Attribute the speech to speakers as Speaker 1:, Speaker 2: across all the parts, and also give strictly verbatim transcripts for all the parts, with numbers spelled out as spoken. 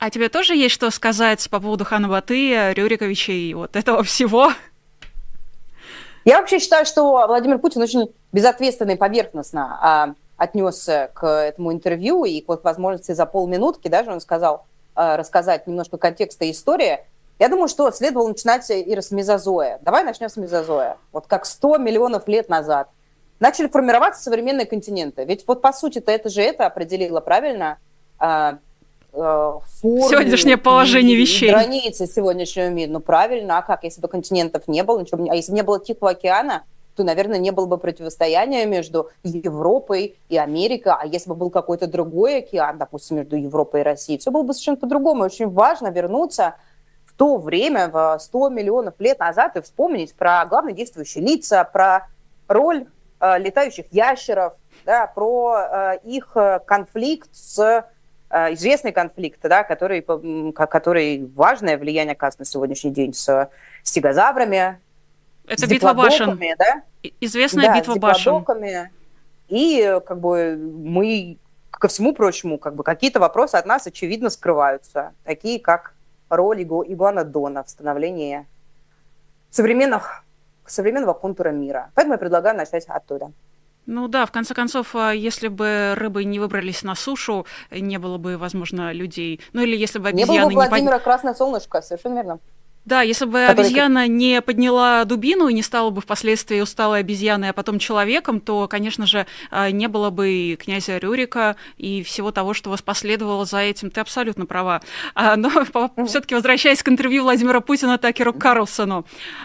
Speaker 1: А тебе тоже есть что сказать по поводу Хана Батыя, Рюриковича и вот этого всего?
Speaker 2: Я вообще считаю, что Владимир Путин очень безответственно и поверхностно а, отнесся к этому интервью, и вот возможности за полминутки даже он сказал а, рассказать немножко контекста и истории. Я думаю, что следовало начинать и с мезозоя. Давай начнем с мезозоя. Вот как сто миллионов лет назад начали формироваться современные континенты. Ведь вот по сути-то это же это определило правильно а, форму,
Speaker 1: сегодняшнее положение
Speaker 2: и,
Speaker 1: вещей.
Speaker 2: И границы сегодняшнего мира. Ну правильно, а как? Если бы континентов не было, ничего, а если бы не было Тихого океана, то, наверное, не было бы противостояния между Европой и Америкой. А если бы был какой-то другой океан, допустим, между Европой и Россией, все было бы совершенно по-другому. Очень важно вернуться в то время, в сто миллионов лет назад, и вспомнить про главные действующие лица, про роль э, летающих ящеров, да, про э, их конфликт с известный конфликт, да, который, который важное влияние оказывает на сегодняшний день с стегозаврами.
Speaker 1: Это битва башен.
Speaker 2: Да?
Speaker 1: Известная
Speaker 2: да,
Speaker 1: битва башен.
Speaker 2: И как бы мы, ко всему прочему, как бы какие-то вопросы от нас, очевидно, скрываются, такие как роль игуанодона в становлении современных, современного контура мира. Поэтому я предлагаю начать оттуда.
Speaker 1: Ну да, в конце концов, если бы рыбы не выбрались на сушу, не было бы, возможно, людей. Ну или если бы обезьяны...
Speaker 2: Не было бы Владимира
Speaker 1: не под...
Speaker 2: Красное Солнышко, совершенно верно.
Speaker 1: Да, если бы
Speaker 2: Который...
Speaker 1: обезьяна не подняла дубину и не стала бы впоследствии усталой обезьяной, а потом человеком, то, конечно же, не было бы и князя Рюрика, и всего того, что воспоследовало за этим. Ты абсолютно права. Но mm-hmm. все-таки возвращаясь к интервью Владимира Путина Такеру Карлсону,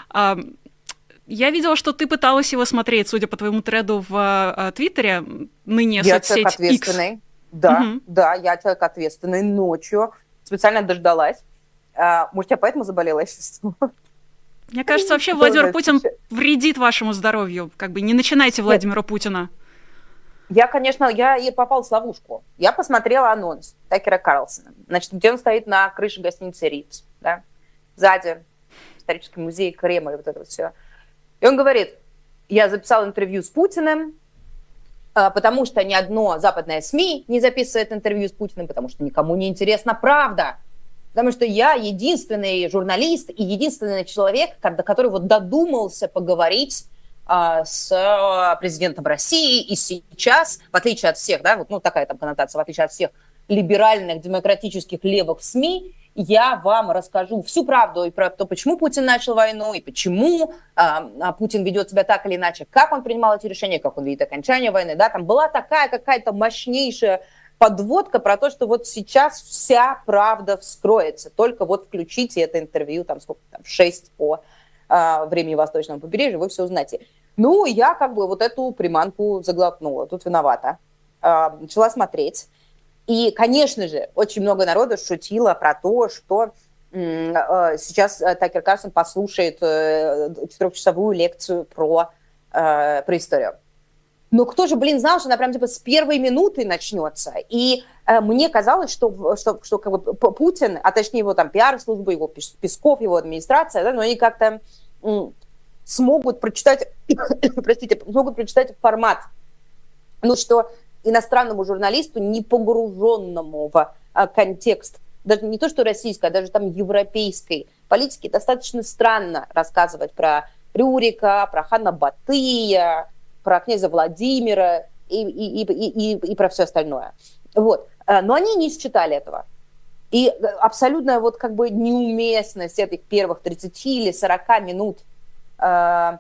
Speaker 1: я видела, что ты пыталась его смотреть, судя по твоему треду в Твиттере, ныне
Speaker 2: я
Speaker 1: соцсеть
Speaker 2: человек ответственный. X. Да, угу. да, я человек ответственный. Ночью специально дождалась. А, может, я поэтому заболела? Я сейчас...
Speaker 1: Мне кажется, вообще Владимир Путин вредит вашему здоровью. Как бы не начинайте Владимира Нет. Путина.
Speaker 2: Я, конечно, я и попала в ловушку. Я посмотрела анонс Такера Карлсона. Значит, где он стоит на крыше гостиницы «Ритз», да? Сзади исторический музей, Кремль, вот это вот все. И он говорит, я записал интервью с Путиным, потому что ни одно западное СМИ не записывает интервью с Путиным, потому что никому не интересна правда. Потому что я единственный журналист и единственный человек, который вот додумался поговорить с президентом России. И сейчас, в отличие от всех, да, вот ну, такая там коннотация, в отличие от всех либеральных, демократических, левых СМИ, я вам расскажу всю правду и про то, почему Путин начал войну, и почему а, Путин ведет себя так или иначе, как он принимал эти решения, как он видит окончание войны. Да? Там была такая какая-то мощнейшая подводка про то, что вот сейчас вся правда вскроется. Только вот включите это интервью, там сколько там, шесть по а, времени Восточного побережья, вы все узнаете. Ну, я как бы вот эту приманку заглотнула, тут виновата. А, начала смотреть. И, конечно же, очень много народу шутило про то, что э, сейчас Такер Карлсон послушает э, четырехчасовую лекцию про, э, про историю. Но кто же, блин, знал, что она прям типа с первой минуты начнется. И э, мне казалось, что, что, что как бы Путин, а точнее его там пиар-служба, его Песков, его администрация, да, но они как-то м, смогут прочитать, простите, смогут прочитать формат. Ну что... иностранному журналисту, не погруженному в а, контекст, даже не то что российской, а даже там европейской политики, достаточно странно рассказывать про Рюрика, про Хана Батыя, про князя Владимира и, и, и, и, и, и про все остальное. Вот. Но они не считали этого. И абсолютная вот как бы неуместность этих первых тридцати или сорока минут э,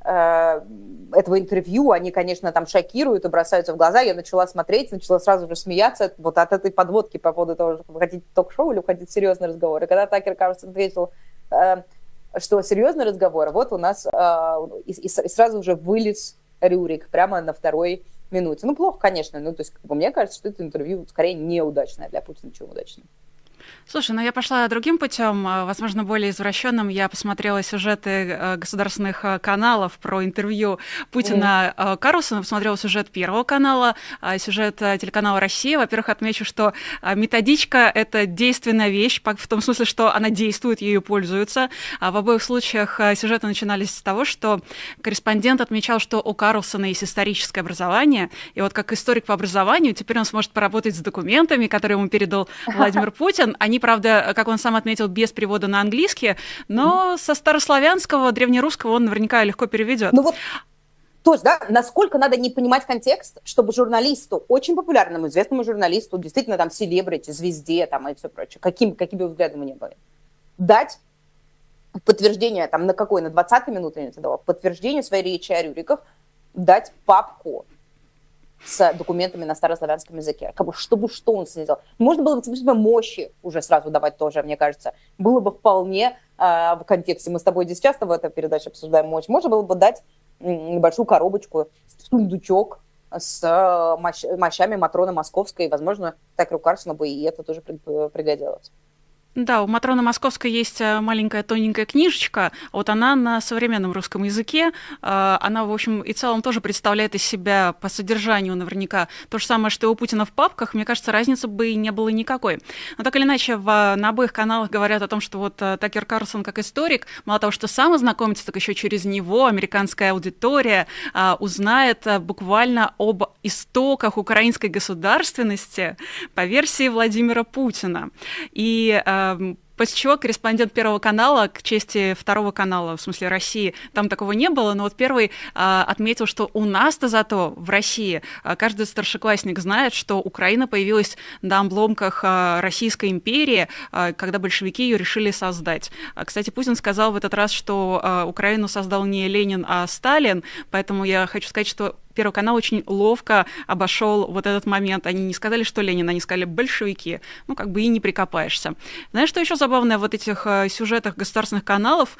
Speaker 2: этого интервью, они, конечно, там шокируют и бросаются в глаза. Я начала смотреть, начала сразу же смеяться вот от этой подводки по поводу того, что вы хотите ток-шоу или вы хотите серьезный разговор. И когда Такер Карлсон ответил, что серьезный разговор, вот у нас и, и сразу уже вылез Рюрик прямо на второй минуте. Ну, плохо, конечно, ну, то есть, как бы, мне кажется, что это интервью скорее неудачное для Путина, чем удачное.
Speaker 1: Слушай, ну я пошла другим путем, возможно, более извращенным. Я посмотрела сюжеты государственных каналов про интервью Путина mm. Карлсона, посмотрела сюжет Первого канала, сюжет телеканала «Россия». Во-первых, отмечу, что методичка — это действенная вещь, в том смысле, что она действует, ею пользуются. В обоих случаях сюжеты начинались с того, что корреспондент отмечал, что у Карлсона есть историческое образование, и вот как историк по образованию теперь он сможет поработать с документами, которые ему передал Владимир Путин, Путин. Они, правда, как он сам отметил, без перевода на английский, но mm-hmm. со старославянского, древнерусского он наверняка легко переведет.
Speaker 2: Ну вот тоже, да, насколько надо не понимать контекст, чтобы журналисту, очень популярному, известному журналисту, действительно там селебрити, звезде там и все прочее, каким, каким бы взглядом мы ни были, дать подтверждение, там, на какой, на двадцатой минуте, я задала, подтверждение своей речи о Рюриках, дать папку с документами на старославянском языке, как бы, чтобы что он с ней сделал. Можно было бы мощи уже сразу давать тоже, мне кажется. Было бы вполне э, в контексте. Мы с тобой здесь часто в этой передаче обсуждаем мощь. Можно было бы дать небольшую коробочку, сундучок с э, мощ, мощами Матроны Московской. Возможно, Такеру Карлсону бы и это тоже пригодилось.
Speaker 1: Да, у Матроны Московской есть маленькая тоненькая книжечка, вот она на современном русском языке, она, в общем и целом, тоже представляет из себя по содержанию наверняка то же самое, что и у Путина в папках, мне кажется, разницы бы и не было никакой. Но так или иначе, в, на обоих каналах говорят о том, что вот Такер Карлсон как историк, мало того, что сам ознакомится, так еще через него американская аудитория узнает буквально об истоках украинской государственности по версии Владимира Путина. И после чего корреспондент Первого канала к чести Второго канала, в смысле России, там такого не было, но вот Первый а, отметил, что у нас-то зато в России а, каждый старшеклассник знает, что Украина появилась на обломках а, Российской империи, а, когда большевики ее решили создать. А, кстати, Путин сказал в этот раз, что а, Украину создал не Ленин, а Сталин, поэтому я хочу сказать, что Первый канал очень ловко обошел вот этот момент. Они не сказали, что Ленин, они сказали большевики. Ну, как бы и не прикопаешься. Знаешь, что еще забавное в этих э, сюжетах государственных каналов?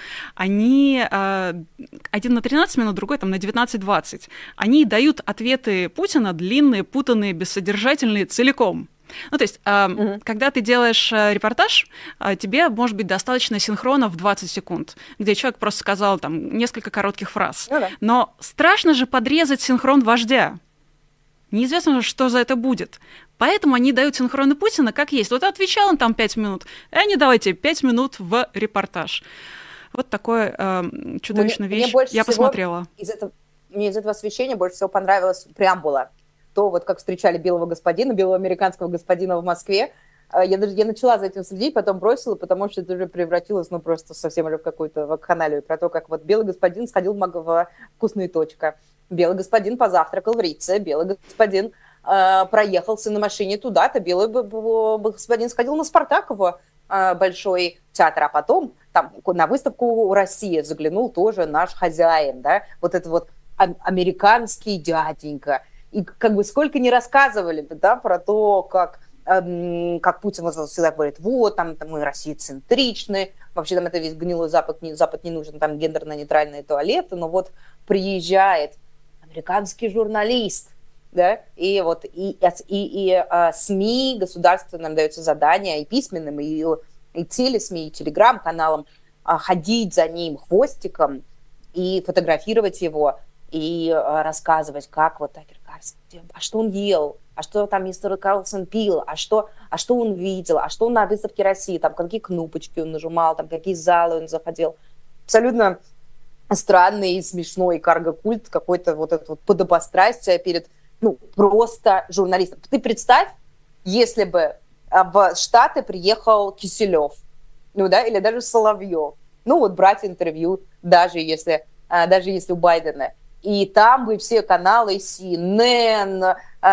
Speaker 1: Они э, один на тринадцать минут, другой там на девятнадцать-двадцать. Они дают ответы Путина длинные, путанные, бессодержательные целиком. Ну, то есть, э, mm-hmm. когда ты делаешь э, репортаж, э, тебе, может быть, достаточно синхрона в двадцать секунд, где человек просто сказал там несколько коротких фраз. Ну, да. Но страшно же подрезать синхрон вождя. Неизвестно, что за это будет. Поэтому они дают синхроны Путина как есть. Вот отвечал он там пять минут, и они давайте пять минут в репортаж. Вот такое э, чудовищная мне, вещь. Мне Я посмотрела.
Speaker 2: Из этого, мне из этого освещения больше всего понравилась преамбула. То, вот как встречали белого господина, белого американского господина в Москве. Я даже я начала за этим следить, потом бросила, потому что это уже превратилось, ну, просто совсем уже в какую-то вакханалию, про то, как вот белый господин сходил в «Вкусная точка», белый господин позавтракал в Рице, белый господин э, проехался на машине туда-то, белый господин сходил на Спартаково, э, большой театр, а потом там на выставку «Россия» заглянул тоже наш хозяин, да, вот это вот американский дяденька. И как бы сколько не рассказывали бы, да, про то, как, эм, как Путин всегда говорит, вот, там, там мы россияцентричны, вообще там это весь гнилой Запад не, Запад не нужен, там гендерно-нейтральные туалеты, но вот приезжает американский журналист, да, и вот и, и, и, и а, СМИ государственным дается задание, и письменным, и, и телесми, и телеграм-каналам а, ходить за ним хвостиком и фотографировать его, и а, рассказывать, как вот Такер Карлсон, а что он ел, а что там мистер Карлсон пил, а что, а что он видел, а что он на выставке России, там какие кнопочки он нажимал, там какие залы он заходил. Абсолютно странный и смешной карго-культ, какой-то вот это вот подобострастие перед, ну, просто журналистом. Ты представь, если бы в Штаты приехал Киселев, ну да, или даже Соловьев, ну вот брать интервью, даже если, даже если у Байдена. И там бы все каналы, си эн эн,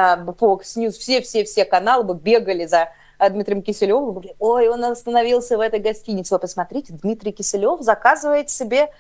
Speaker 2: Fox News, все-все-все каналы бы бегали за Дмитрием Киселевым, говорили, ой, он остановился в этой гостинице. Вы посмотрите, Дмитрий Киселев заказывает себе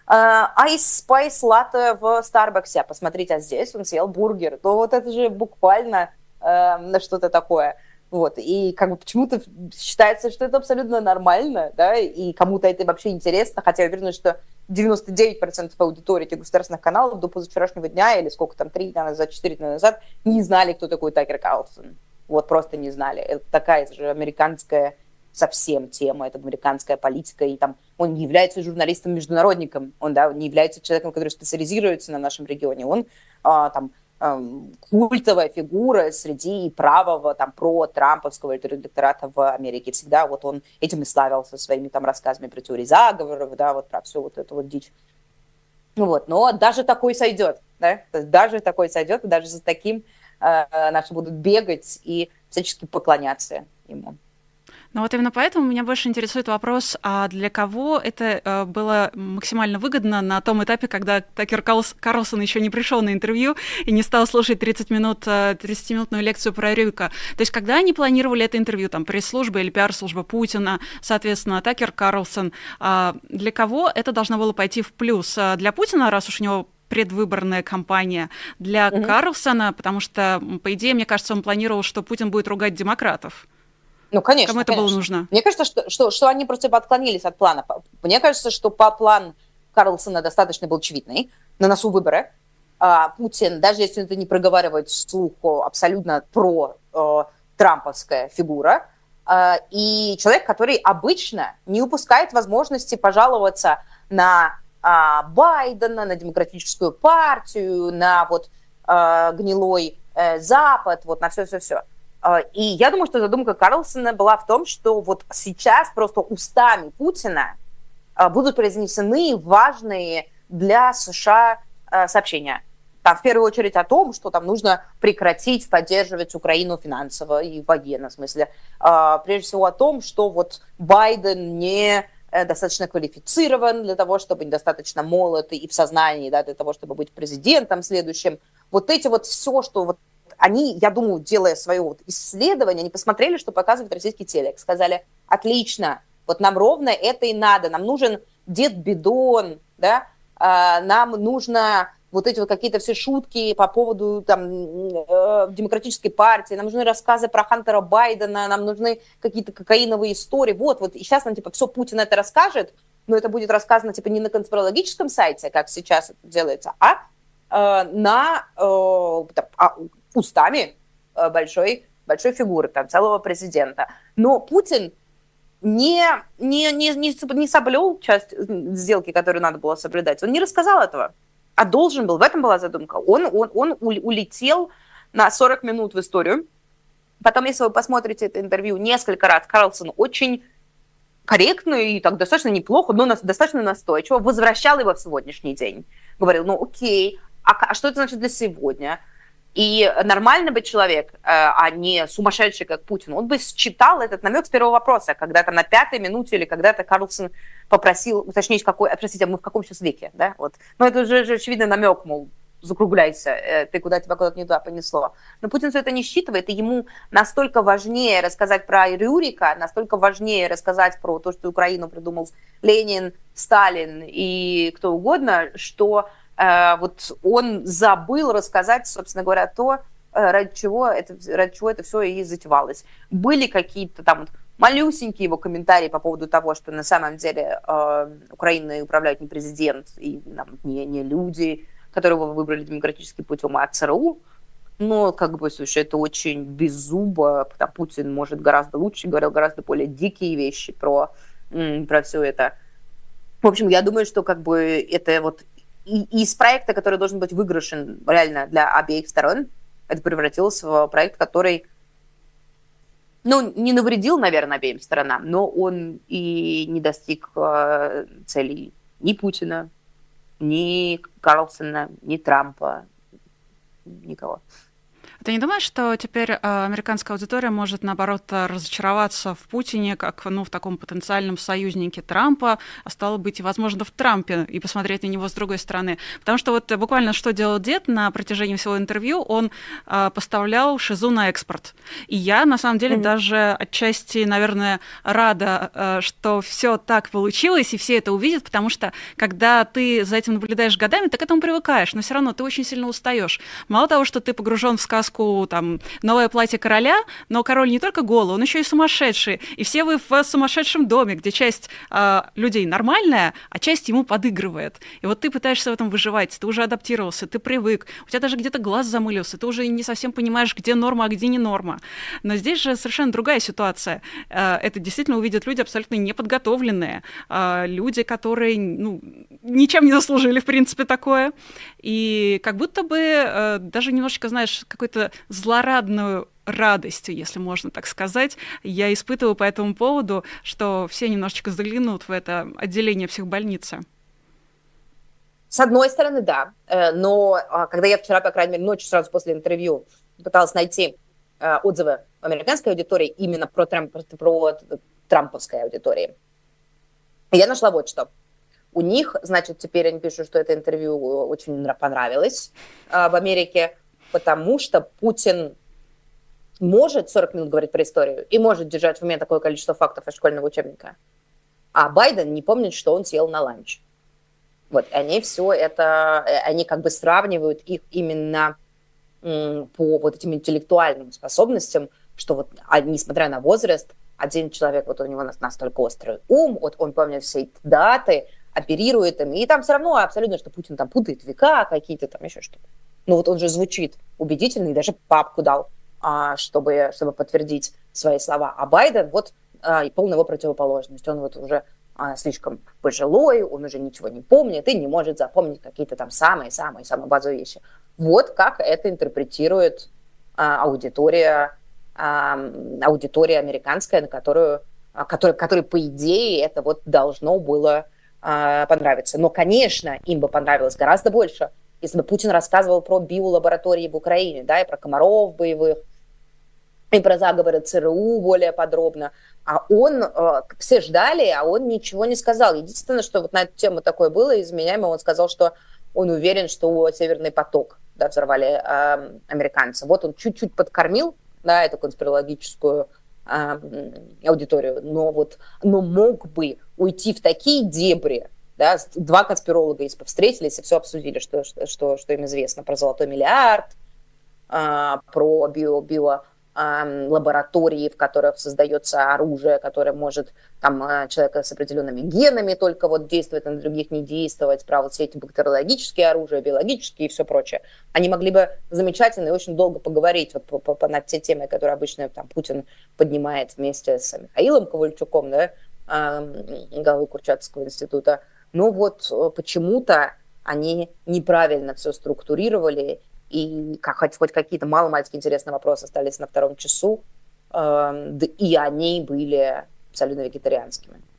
Speaker 2: Ice Spice латте в Старбаксе. Посмотрите, а здесь он съел бургер. То вот это же буквально э, что-то такое. Вот. И как бы почему-то считается, что это абсолютно нормально, да, и кому-то это вообще интересно, хотя я уверена, что девяносто девять процентов аудитории этих государственных каналов до позавчерашнего дня, или сколько там, три дня назад, четыре дня назад, не знали, кто такой Такер Карлсон. Вот просто не знали. Это такая же американская совсем тема, это американская политика, и там он не является журналистом-международником, он, да, не является человеком, который специализируется на нашем регионе, он а, там культовая фигура среди правого, там, про-трамповского электората в Америке. Всегда вот он этим и славился своими там рассказами про теории заговоров, да, вот про все вот это вот дичь. Вот, но даже такой сойдет, да, то есть даже такой сойдет, и даже за таким э, наши будут бегать и всячески поклоняться ему.
Speaker 1: Но вот именно поэтому меня больше интересует вопрос, а для кого это э, было максимально выгодно на том этапе, когда Такер Карлсон еще не пришел на интервью и не стал слушать тридцать минут, тридцатиминутную лекцию про Рюрика. То есть когда они планировали это интервью, там, пресс-служба или пиар-служба Путина, соответственно, Такер Карлсон, э, для кого это должно было пойти в плюс? Для Путина, раз уж у него предвыборная кампания, для mm-hmm. Карлсона, потому что, по идее, мне кажется, он планировал, что Путин будет ругать демократов.
Speaker 2: Ну, конечно.
Speaker 1: Кому это
Speaker 2: конечно.
Speaker 1: было нужно?
Speaker 2: Мне кажется, что, что, что они просто отклонились от плана. Мне кажется, что по план Карлсона достаточно был очевидный. На носу выборы. А, Путин, даже если это не проговаривает вслух, абсолютно про э, трамповская фигура. Э, и человек, который обычно не упускает возможности пожаловаться на э, Байдена, на Демократическую партию, на вот э, гнилой э, Запад, вот на все-все-все. И я думаю, что задумка Карлсона была в том, что вот сейчас просто устами Путина будут произнесены важные для США сообщения. Там, в первую очередь о том, что там нужно прекратить поддерживать Украину финансово и военно, в смысле. Прежде всего о том, что вот Байден не достаточно квалифицирован для того, чтобы недостаточно молод и в сознании, да, для того, чтобы быть президентом следующим. Вот эти вот все, что вот они, я думаю, делая свое вот исследование, они посмотрели, что показывает российский телек, сказали, отлично, вот нам ровно это и надо, нам нужен Дед Бидон, да, а, нам нужно вот эти вот какие-то все шутки по поводу там э, демократической партии, нам нужны рассказы про Хантера Байдена, нам нужны какие-то кокаиновые истории, вот, вот, и сейчас нам, типа, все, Путин это расскажет, но это будет рассказано, типа, не на конспирологическом сайте, как сейчас это делается, а э, на... Э, а, устами большой, большой фигуры, там, целого президента. Но Путин не, не, не, не, не соблюл часть сделки, которую надо было соблюдать. Он не рассказал этого, а должен был. В этом была задумка. Он, он, он улетел на сорок минут в историю. Потом, если вы посмотрите это интервью несколько раз, Карлсон очень корректно и так достаточно неплохо, но достаточно настойчиво возвращал его в сегодняшний день. Говорил, ну окей, а, а что это значит для сегодня? И нормальный бы человек, а не сумасшедший, как Путин, он бы считал этот намек с первого вопроса, когда там на пятой минуте или когда-то Карлсон попросил уточнить, какой, простите, мы в каком сейчас веке, да, вот. Но это уже, уже очевидно намек, мол, закругляйся, ты куда тебя куда-то не туда понесло. Но Путин все это не считывает, и ему настолько важнее рассказать про Рюрика, настолько важнее рассказать про то, что Украину придумал Ленин, Сталин и кто угодно, что вот он забыл рассказать, собственно говоря, то, ради чего это, ради чего это все и затевалось. Были какие-то там вот малюсенькие его комментарии по поводу того, что на самом деле э, Украиной управляет не президент и там, не, не люди, которые его выбрали демократическим путем, а ЦРУ. Но, как бы, слушай, это очень беззубо, потому Путин может гораздо лучше, говорил гораздо более дикие вещи про, про все это. В общем, я думаю, что как бы это вот И, и из проекта, который должен быть выигрышен реально для обеих сторон, это превратилось в проект, который, ну, не навредил, наверное, обеим сторонам, но он и не достиг э, целей ни Путина, ни Карлсона, ни Трампа, никого.
Speaker 1: Ты не думаешь, что теперь американская аудитория может, наоборот, разочароваться в Путине, как, ну, в таком потенциальном союзнике Трампа, а стало быть, и, возможно, в Трампе, и посмотреть на него с другой стороны? Потому что вот буквально что делал дед на протяжении всего интервью, он а, поставлял шизу на экспорт. И я, на самом деле, mm-hmm. даже отчасти, наверное, рада, а, что все так получилось, и все это увидят, потому что, когда ты за этим наблюдаешь годами, ты к этому привыкаешь, но все равно ты очень сильно устаешь. Мало того, что ты погружен в сказку, там, «Новое платье короля», но король не только голый, он еще и сумасшедший. И все вы в сумасшедшем доме, где часть э, людей нормальная, а часть ему подыгрывает. И вот ты пытаешься в этом выживать, ты уже адаптировался, ты привык, у тебя даже где-то глаз замылился, ты уже не совсем понимаешь, где норма, а где не норма. Но здесь же совершенно другая ситуация. Э, это действительно увидят люди абсолютно неподготовленные, э, люди, которые, ну, ничем не заслужили, в принципе, такое. И как будто бы э, даже немножечко, знаешь, какой-то злорадную радость, если можно так сказать, я испытываю по этому поводу, что все немножечко заглянут в это отделение психбольницы.
Speaker 2: С одной стороны, да. Но когда я вчера, по крайней мере, ночью сразу после интервью пыталась найти э, отзывы в американской аудитории именно про, Трамп, про трамповской аудитории. И я нашла вот что. У них, значит, теперь они пишут, что это интервью очень понравилось э, в Америке, потому что Путин может сорок минут говорить про историю и может держать в уме такое количество фактов из школьного учебника, а Байден не помнит, что он съел на ланч. Вот, они все это, они как бы сравнивают их именно м, по вот этим интеллектуальным способностям, что вот, а, несмотря на возраст, один человек, вот у него настолько острый ум, вот он помнит все эти даты, оперирует им, и там все равно абсолютно, что Путин там путает века какие-то, там еще что-то. Но вот он же звучит убедительно, и даже папку дал, чтобы, чтобы подтвердить свои слова. А Байден, вот, полная его противоположность. Он вот уже слишком пожилой, он уже ничего не помнит и не может запомнить какие-то там самые-самые-самые базовые вещи. Вот как это интерпретирует аудитория, аудитория американская, на которую, которой, которой, по идее, это вот должно было понравиться. Но, конечно, им бы понравилось гораздо больше, если бы Путин рассказывал про биолаборатории в Украине, да, и про комаров боевых, и про заговоры ЦРУ более подробно. А он, э, все ждали, а он ничего не сказал. Единственное, что вот на эту тему такое было, из вменяемо, он сказал, что он уверен, что Северный поток, да, взорвали э, американцы. Вот он чуть-чуть подкормил, да, эту конспирологическую э, аудиторию, но, вот, но мог бы уйти в такие дебри, да, два конспиролога если бы встретились и все обсудили, что, что, что, что им известно про золотой миллиард, э, про био, био лаборатории, в которых создается оружие, которое может там человека с определенными генами только вот действовать, на других не действовать, про вот все эти бактериологические оружия, биологические и все прочее. Они могли бы замечательно и очень долго поговорить вот по, по, по, над те темы, которые обычно там Путин поднимает вместе с Михаилом Ковальчуком, да, главой Курчатовского института. Но вот почему-то они неправильно все структурировали, и как, хоть, хоть какие-то мало-мальски интересные вопросы остались на втором часу, э, и они были абсолютно вегетарианскими.